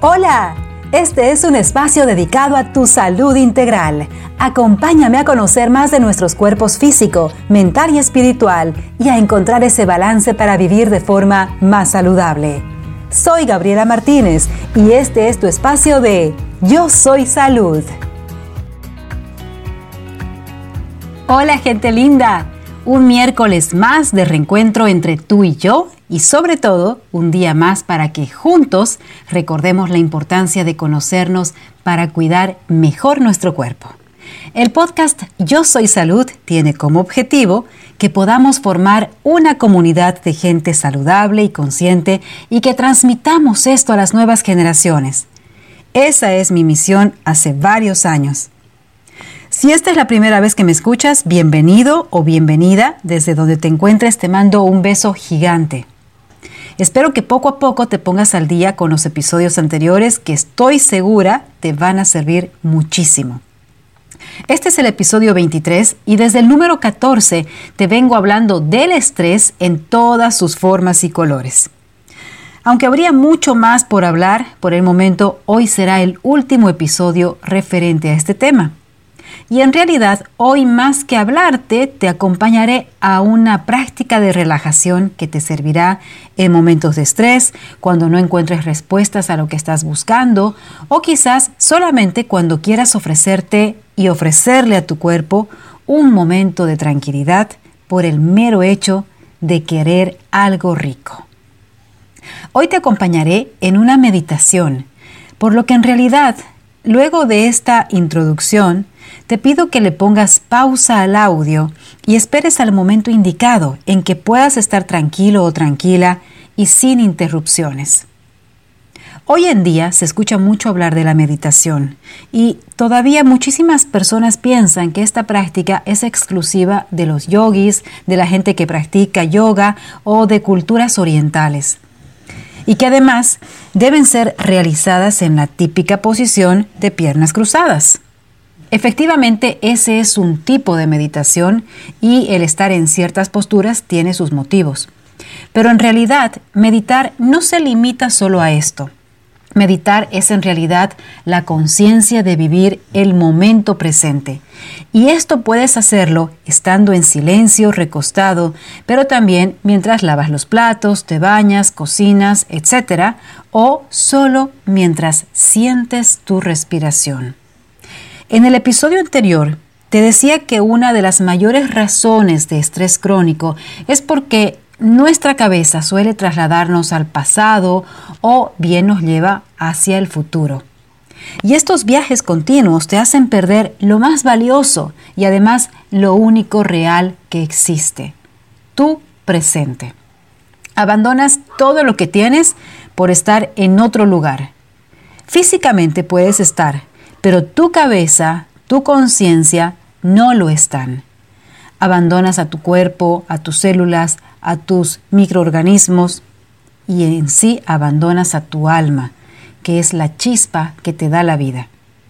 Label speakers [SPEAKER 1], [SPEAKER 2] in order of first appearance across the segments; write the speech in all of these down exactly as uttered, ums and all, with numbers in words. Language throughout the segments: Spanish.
[SPEAKER 1] Hola, este es un espacio dedicado a tu salud integral. Acompáñame a conocer más de nuestros cuerpos físico, mental y espiritual y a encontrar ese balance para vivir de forma más saludable. Soy Gabriela Martínez y este es tu espacio de Yo Soy Salud. Hola gente linda, un miércoles más de reencuentro entre tú y yo y sobre todo un día más para que juntos recordemos la importancia de conocernos para cuidar mejor nuestro cuerpo. El podcast Yo Soy Salud tiene como objetivo que podamos formar una comunidad de gente saludable y consciente y que transmitamos esto a las nuevas generaciones. Esa es mi misión hace varios años. Si esta es la primera vez que me escuchas, bienvenido o bienvenida. Desde donde te encuentres te mando un beso gigante. Espero que poco a poco te pongas al día con los episodios anteriores que estoy segura te van a servir muchísimo. Este es el episodio veintitrés y desde el número catorce te vengo hablando del estrés en todas sus formas y colores. Aunque habría mucho más por hablar, por el momento hoy será el último episodio referente a este tema. Y en realidad, hoy más que hablarte, te acompañaré a una práctica de relajación que te servirá en momentos de estrés, cuando no encuentres respuestas a lo que estás buscando, o quizás solamente cuando quieras ofrecerte y ofrecerle a tu cuerpo un momento de tranquilidad por el mero hecho de querer algo rico. Hoy te acompañaré en una meditación, por lo que en realidad, luego de esta introducción, te pido que le pongas pausa al audio y esperes al momento indicado en que puedas estar tranquilo o tranquila y sin interrupciones. Hoy en día se escucha mucho hablar de la meditación y todavía muchísimas personas piensan que esta práctica es exclusiva de los yogis, de la gente que practica yoga o de culturas orientales. Y que además deben ser realizadas en la típica posición de piernas cruzadas. Efectivamente, ese es un tipo de meditación y el estar en ciertas posturas tiene sus motivos. Pero en realidad, meditar no se limita solo a esto. Meditar es en realidad la conciencia de vivir el momento presente. Y esto puedes hacerlo estando en silencio, recostado, pero también mientras lavas los platos, te bañas, cocinas, etcétera, o solo mientras sientes tu respiración. En el episodio anterior, te decía que una de las mayores razones de estrés crónico es porque nuestra cabeza suele trasladarnos al pasado o bien nos lleva hacia el futuro. Y estos viajes continuos te hacen perder lo más valioso y además lo único real que existe, tu presente. Abandonas todo lo que tienes por estar en otro lugar. Físicamente puedes estar, pero tu cabeza, tu conciencia no lo están. Abandonas a tu cuerpo, a tus células, a tus microorganismos y en sí abandonas a tu alma, que es la chispa que te da la vida.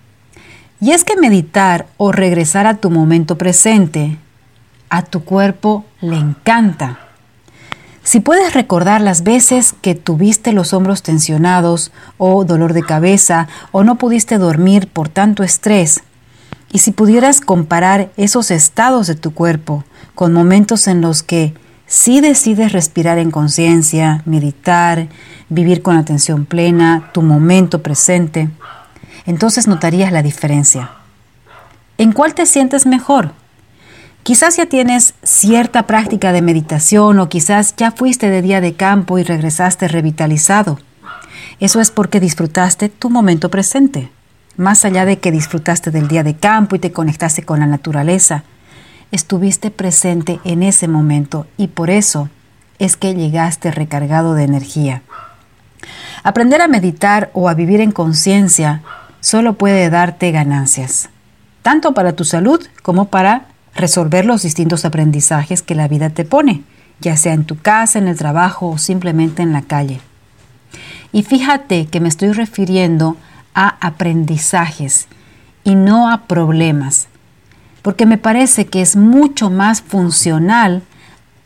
[SPEAKER 1] Y es que meditar o regresar a tu momento presente, a tu cuerpo le encanta. Si puedes recordar las veces que tuviste los hombros tensionados o dolor de cabeza o no pudiste dormir por tanto estrés, y si pudieras comparar esos estados de tu cuerpo con momentos en los que sí decides respirar en conciencia, meditar, vivir con atención plena, tu momento presente, entonces notarías la diferencia. ¿En cuál te sientes mejor? Quizás ya tienes cierta práctica de meditación o quizás ya fuiste de día de campo y regresaste revitalizado. Eso es porque disfrutaste tu momento presente. Más allá de que disfrutaste del día de campo y te conectaste con la naturaleza, estuviste presente en ese momento y por eso es que llegaste recargado de energía. Aprender a meditar o a vivir en conciencia solo puede darte ganancias, tanto para tu salud como para resolver los distintos aprendizajes que la vida te pone, ya sea en tu casa, en el trabajo o simplemente en la calle. Y fíjate que me estoy refiriendo a aprendizajes y no a problemas, porque me parece que es mucho más funcional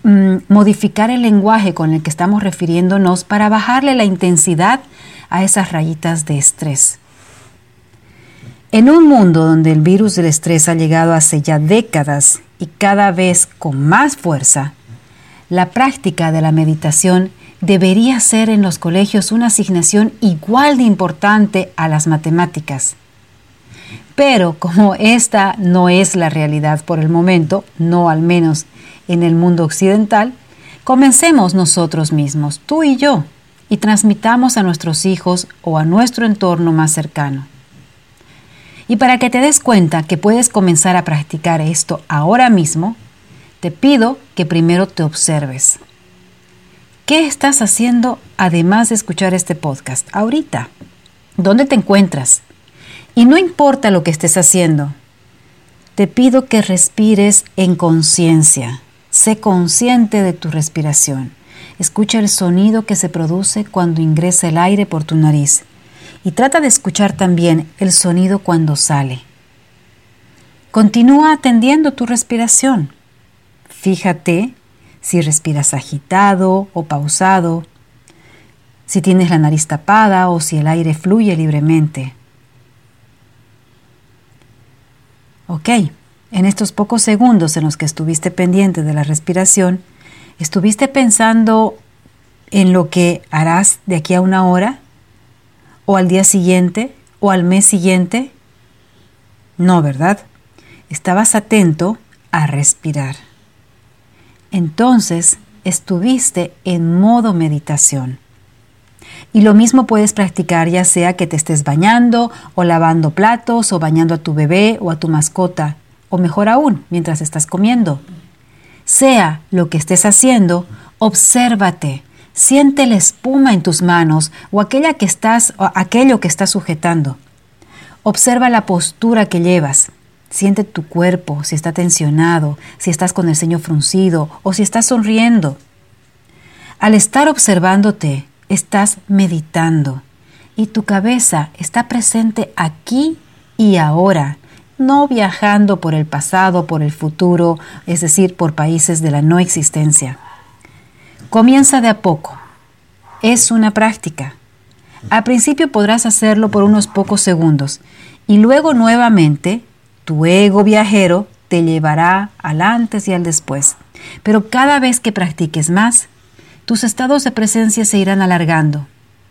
[SPEAKER 1] mm, modificar el lenguaje con el que estamos refiriéndonos para bajarle la intensidad a esas rayitas de estrés. En un mundo donde el virus del estrés ha llegado hace ya décadas y cada vez con más fuerza, la práctica de la meditación debería ser en los colegios una asignación igual de importante a las matemáticas. Pero como esta no es la realidad por el momento, no al menos en el mundo occidental, comencemos nosotros mismos, tú y yo, y transmitamos a nuestros hijos o a nuestro entorno más cercano. Y para que te des cuenta que puedes comenzar a practicar esto ahora mismo, te pido que primero te observes. ¿Qué estás haciendo además de escuchar este podcast ahorita? ¿Dónde te encuentras? Y no importa lo que estés haciendo, te pido que respires en conciencia. Sé consciente de tu respiración. Escucha el sonido que se produce cuando ingresa el aire por tu nariz y trata de escuchar también el sonido cuando sale. Continúa atendiendo tu respiración. Fíjate si respiras agitado o pausado, si tienes la nariz tapada o si el aire fluye libremente. Ok, en estos pocos segundos en los que estuviste pendiente de la respiración, ¿estuviste pensando en lo que harás de aquí a una hora? ¿O al día siguiente? ¿O al mes siguiente? No, ¿verdad? Estabas atento a respirar. Entonces, estuviste en modo meditación. Y lo mismo puedes practicar ya sea que te estés bañando o lavando platos o bañando a tu bebé o a tu mascota, o mejor aún, mientras estás comiendo. Sea lo que estés haciendo, obsérvate, siente la espuma en tus manos o aquella que estás, o aquello que estás sujetando. Observa la postura que llevas. Siente tu cuerpo, si está tensionado, si estás con el ceño fruncido o si estás sonriendo. Al estar observándote, estás meditando y tu cabeza está presente aquí y ahora, no viajando por el pasado, por el futuro, es decir, por países de la no existencia. Comienza de a poco. Es una práctica. Al principio podrás hacerlo por unos pocos segundos y luego nuevamente tu ego viajero te llevará al antes y al después. Pero cada vez que practiques más, tus estados de presencia se irán alargando.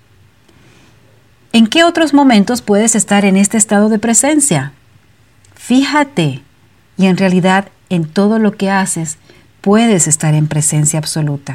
[SPEAKER 1] ¿En qué otros momentos puedes estar en este estado de presencia? Fíjate, y en realidad en todo lo que haces puedes estar en presencia absoluta.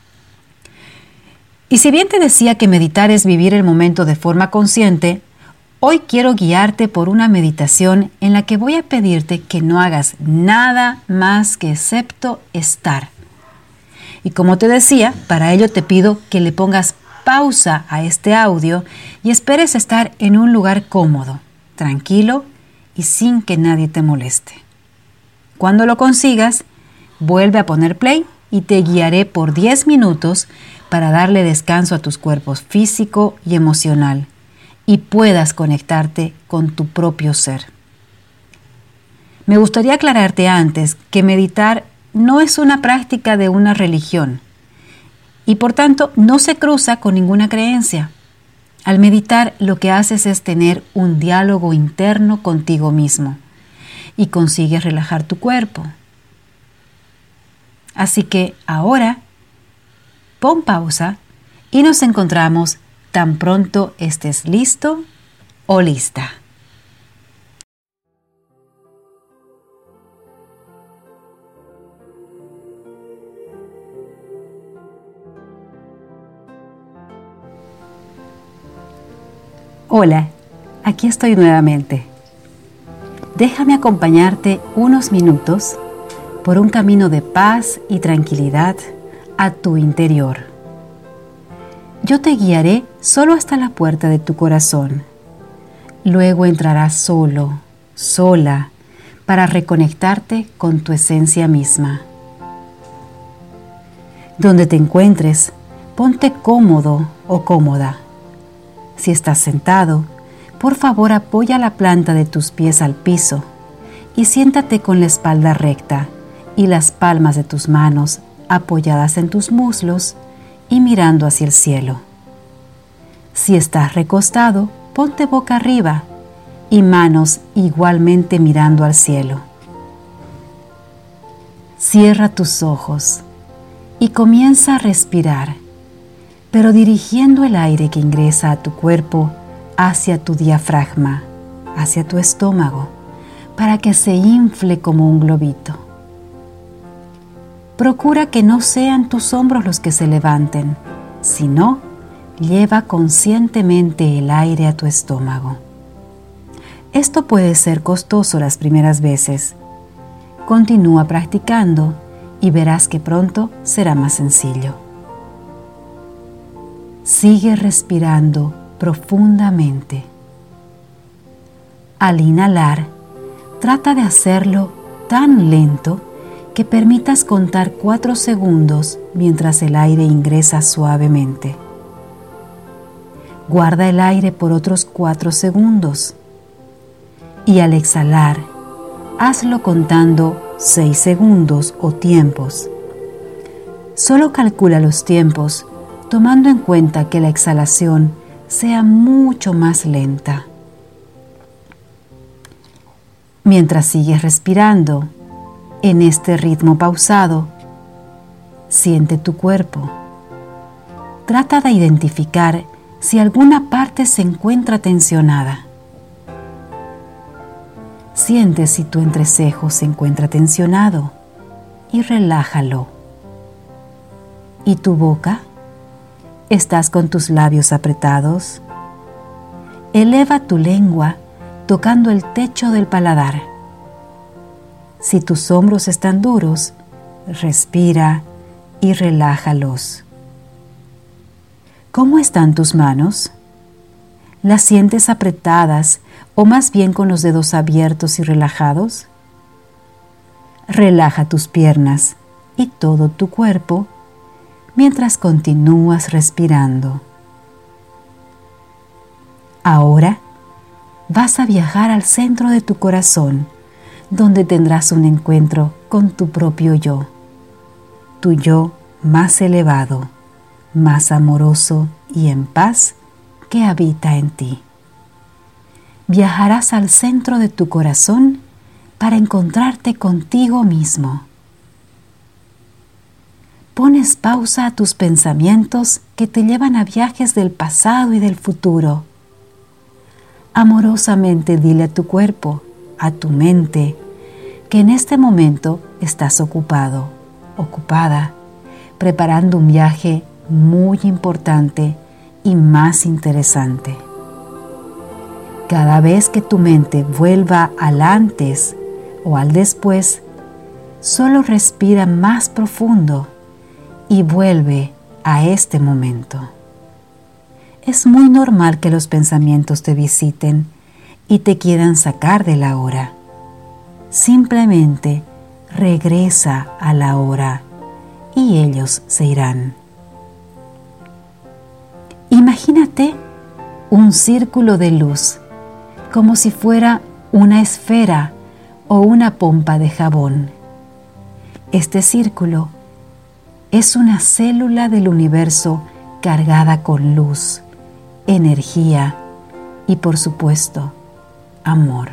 [SPEAKER 1] Y si bien te decía que meditar es vivir el momento de forma consciente, hoy quiero guiarte por una meditación en la que voy a pedirte que no hagas nada más que excepto estar. Y como te decía, para ello te pido que le pongas pausa a este audio y esperes estar en un lugar cómodo, tranquilo y sin que nadie te moleste. Cuando lo consigas, vuelve a poner play y te guiaré por diez minutos para darle descanso a tus cuerpos físico y emocional y puedas conectarte con tu propio ser. Me gustaría aclararte antes que meditar no es una práctica de una religión y por tanto no se cruza con ninguna creencia. Al meditar lo que haces es tener un diálogo interno contigo mismo y consigues relajar tu cuerpo. Así que ahora pon pausa y nos encontramos tan pronto estés listo o lista. Hola, aquí estoy nuevamente. Déjame acompañarte unos minutos por un camino de paz y tranquilidad a tu interior. Yo te guiaré solo hasta la puerta de tu corazón. Luego entrarás solo, sola, para reconectarte con tu esencia misma. Donde te encuentres, ponte cómodo o cómoda. Si estás sentado, por favor apoya la planta de tus pies al piso y siéntate con la espalda recta y las palmas de tus manos apoyadas en tus muslos y mirando hacia el cielo. Si estás recostado, ponte boca arriba y manos igualmente mirando al cielo. Cierra tus ojos y comienza a respirar, pero dirigiendo el aire que ingresa a tu cuerpo hacia tu diafragma, hacia tu estómago, para que se infle como un globito. Procura que no sean tus hombros los que se levanten, sino lleva conscientemente el aire a tu estómago. Esto puede ser costoso las primeras veces. Continúa practicando y verás que pronto será más sencillo. Sigue respirando profundamente. Al inhalar, trata de hacerlo tan lento que permitas contar cuatro segundos mientras el aire ingresa suavemente. Guarda el aire por otros cuatro segundos y al exhalar, hazlo contando seis segundos o tiempos. Solo calcula los tiempos tomando en cuenta que la exhalación sea mucho más lenta. Mientras sigues respirando en este ritmo pausado, siente tu cuerpo. Trata de identificar si alguna parte se encuentra tensionada. Siente si tu entrecejo se encuentra tensionado y relájalo. ¿Y tu boca? ¿Estás con tus labios apretados? Eleva tu lengua tocando el techo del paladar. Si tus hombros están duros, respira y relájalos. ¿Cómo están tus manos? ¿Las sientes apretadas o más bien con los dedos abiertos y relajados? Relaja tus piernas y todo tu cuerpo mientras continúas respirando. Ahora vas a viajar al centro de tu corazón, donde tendrás un encuentro con tu propio yo, tu yo más elevado, más amoroso y en paz que habita en ti. Viajarás al centro de tu corazón para encontrarte contigo mismo. Pones pausa a tus pensamientos que te llevan a viajes del pasado y del futuro. Amorosamente dile a tu cuerpo, a tu mente, que en este momento estás ocupado, ocupada, preparando un viaje muy importante y más interesante. Cada vez que tu mente vuelva al antes o al después, solo respira más profundo y vuelve a este momento. Es muy normal que los pensamientos te visiten y te quieran sacar de la hora. Simplemente regresa a la hora y ellos se irán. Imagínate un círculo de luz, como si fuera una esfera o una pompa de jabón. Este círculo es una célula del universo cargada con luz, energía y, por supuesto, amor.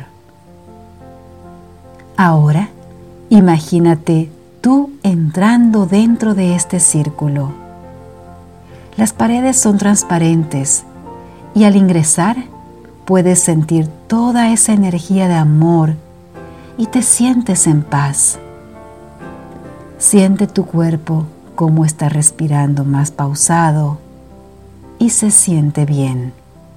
[SPEAKER 1] Ahora, imagínate tú entrando dentro de este círculo. Las paredes son transparentes y al ingresar puedes sentir toda esa energía de amor y te sientes en paz. Siente tu cuerpo cómo está respirando más pausado y se siente bien.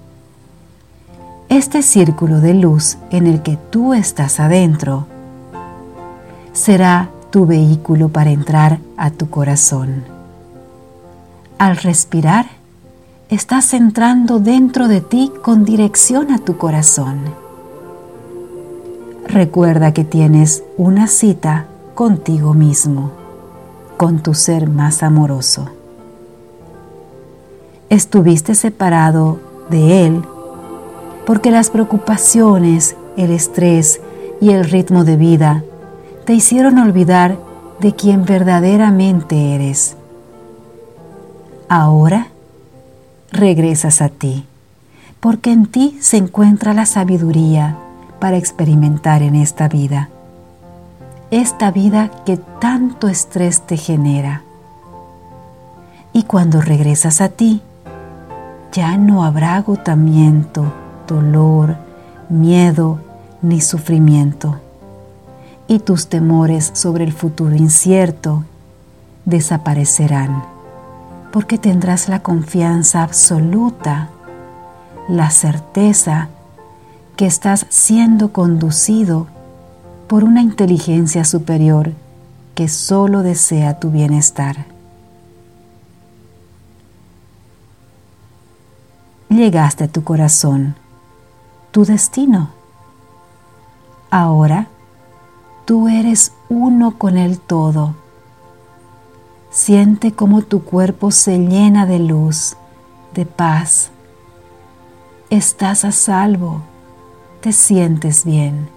[SPEAKER 1] Este círculo de luz en el que tú estás adentro será tu vehículo para entrar a tu corazón. Al respirar, estás entrando dentro de ti con dirección a tu corazón. Recuerda que tienes una cita contigo mismo, con tu ser más amoroso. Estuviste separado de él porque las preocupaciones, el estrés y el ritmo de vida te hicieron olvidar de quien verdaderamente eres. Ahora regresas a ti, porque en ti se encuentra la sabiduría para experimentar en esta vida, esta vida que tanto estrés te genera. Y cuando regresas a ti, ya no habrá agotamiento, dolor, miedo ni sufrimiento. Y tus temores sobre el futuro incierto desaparecerán, porque tendrás la confianza absoluta, la certeza que estás siendo conducido por una inteligencia superior que solo desea tu bienestar. Llegaste a tu corazón, tu destino. Ahora tú eres uno con el todo. Siente cómo tu cuerpo se llena de luz, de paz. Estás a salvo, te sientes bien.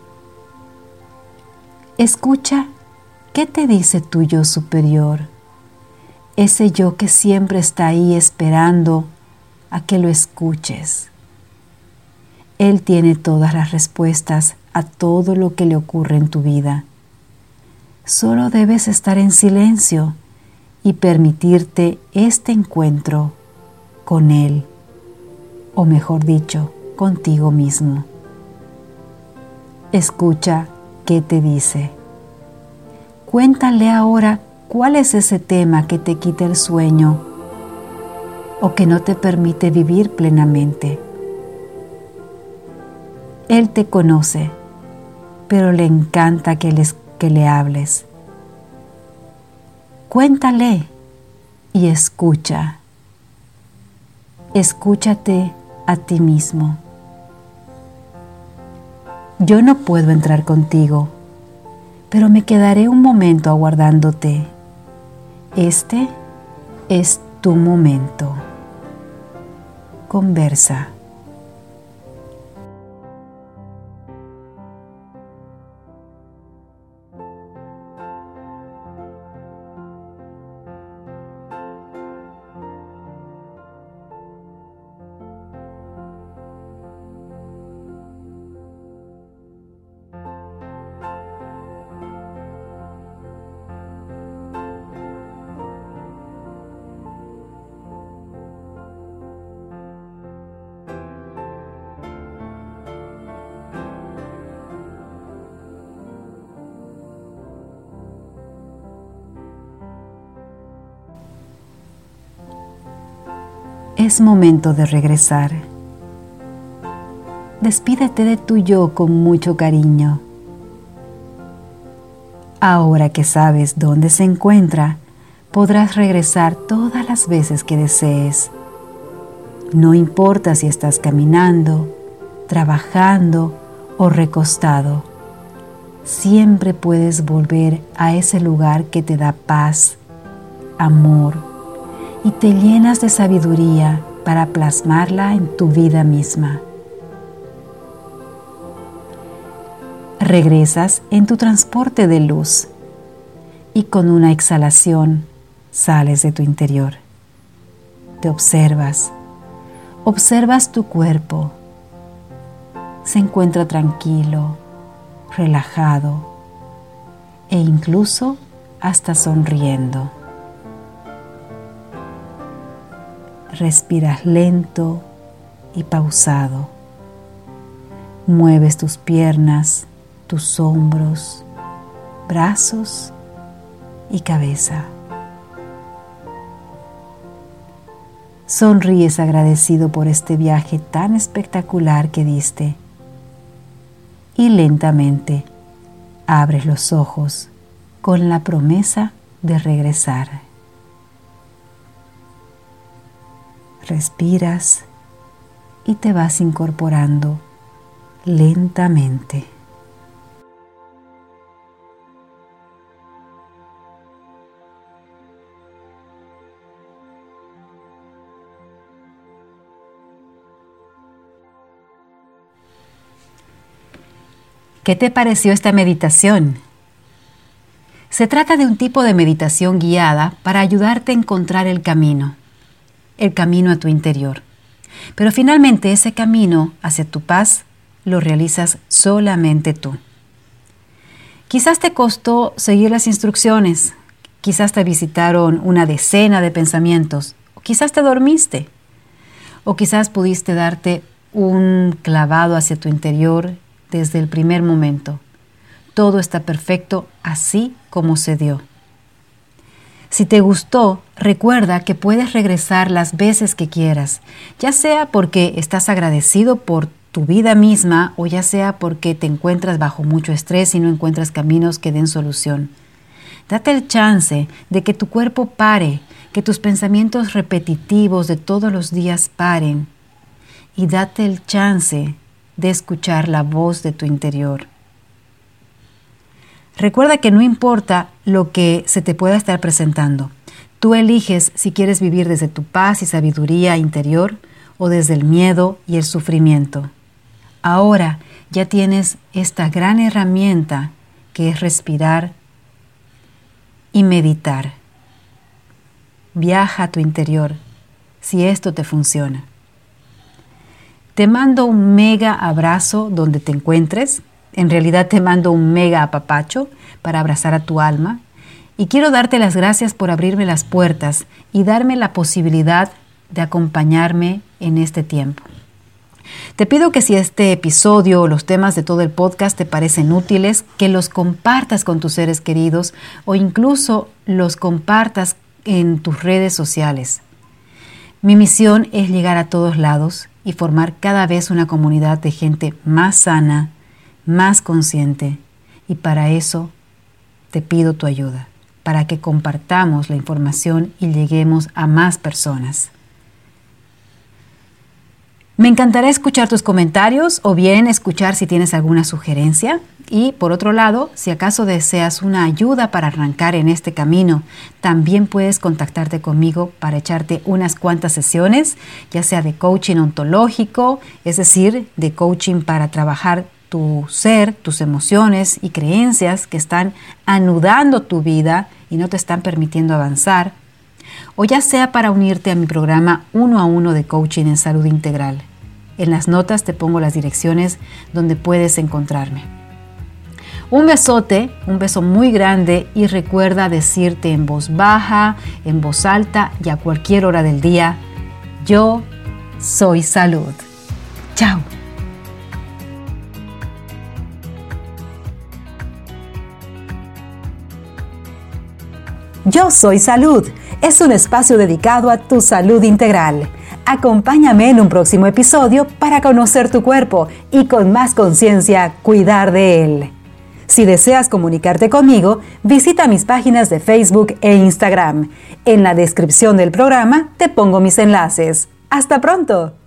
[SPEAKER 1] Escucha qué te dice tu yo superior, ese yo que siempre está ahí esperando a que lo escuches. Él tiene todas las respuestas a todo lo que le ocurre en tu vida. Solo debes estar en silencio y permitirte este encuentro con Él, o mejor dicho, contigo mismo. Escucha qué te dice. Cuéntale ahora cuál es ese tema que te quita el sueño o que no te permite vivir plenamente. Él te conoce, pero le encanta que, les, que le hables. Cuéntale y escucha. Escúchate a ti mismo. Yo no puedo entrar contigo, pero me quedaré un momento aguardándote. Este es tu momento. Conversa. Es momento de regresar. Despídete de tu yo con mucho cariño. Ahora que sabes dónde se encuentra, podrás regresar todas las veces que desees. No importa si estás caminando, trabajando o recostado. Siempre puedes volver a ese lugar que te da paz, amor, y te llenas de sabiduría para plasmarla en tu vida misma. Regresas en tu transporte de luz y con una exhalación sales de tu interior. Te observas, observas tu cuerpo. Se encuentra tranquilo, relajado e incluso hasta sonriendo. Respiras lento y pausado. Mueves tus piernas, tus hombros, brazos y cabeza. Sonríes agradecido por este viaje tan espectacular que diste y lentamente abres los ojos con la promesa de regresar. Respiras y te vas incorporando lentamente. ¿Qué te pareció esta meditación? Se trata de un tipo de meditación guiada para ayudarte a encontrar el camino, el camino a tu interior. Pero finalmente ese camino hacia tu paz lo realizas solamente tú. Quizás te costó seguir las instrucciones, quizás te visitaron una decena de pensamientos, o quizás te dormiste, o quizás pudiste darte un clavado hacia tu interior desde el primer momento. Todo está perfecto así como se dio. Si te gustó, recuerda que puedes regresar las veces que quieras, ya sea porque estás agradecido por tu vida misma o ya sea porque te encuentras bajo mucho estrés y no encuentras caminos que den solución. Date el chance de que tu cuerpo pare, que tus pensamientos repetitivos de todos los días paren y date el chance de escuchar la voz de tu interior. Recuerda que no importa lo que se te pueda estar presentando. Tú eliges si quieres vivir desde tu paz y sabiduría interior o desde el miedo y el sufrimiento. Ahora ya tienes esta gran herramienta que es respirar y meditar. Viaja a tu interior si esto te funciona. Te mando un mega abrazo donde te encuentres. En realidad te mando un mega apapacho para abrazar a tu alma. Y quiero darte las gracias por abrirme las puertas y darme la posibilidad de acompañarme en este tiempo. Te pido que si este episodio o los temas de todo el podcast te parecen útiles, que los compartas con tus seres queridos o incluso los compartas en tus redes sociales. Mi misión es llegar a todos lados y formar cada vez una comunidad de gente más sana, más consciente. Y para eso te pido tu ayuda, para que compartamos la información y lleguemos a más personas. Me encantará escuchar tus comentarios o bien escuchar si tienes alguna sugerencia. Y por otro lado, si acaso deseas una ayuda para arrancar en este camino, también puedes contactarte conmigo para echarte unas cuantas sesiones, ya sea de coaching ontológico, es decir, de coaching para trabajar tu ser, tus emociones y creencias que están anudando tu vida y no te están permitiendo avanzar, o ya sea para unirte a mi programa uno a uno de coaching en salud integral. En las notas te pongo las direcciones donde puedes encontrarme. Un besote, un beso muy grande y recuerda decirte en voz baja, en voz alta y a cualquier hora del día, yo soy salud. Chao. Yo soy salud. Es un espacio dedicado a tu salud integral. Acompáñame en un próximo episodio para conocer tu cuerpo y con más conciencia cuidar de él. Si deseas comunicarte conmigo, visita mis páginas de Facebook e Instagram. En la descripción del programa te pongo mis enlaces. ¡Hasta pronto!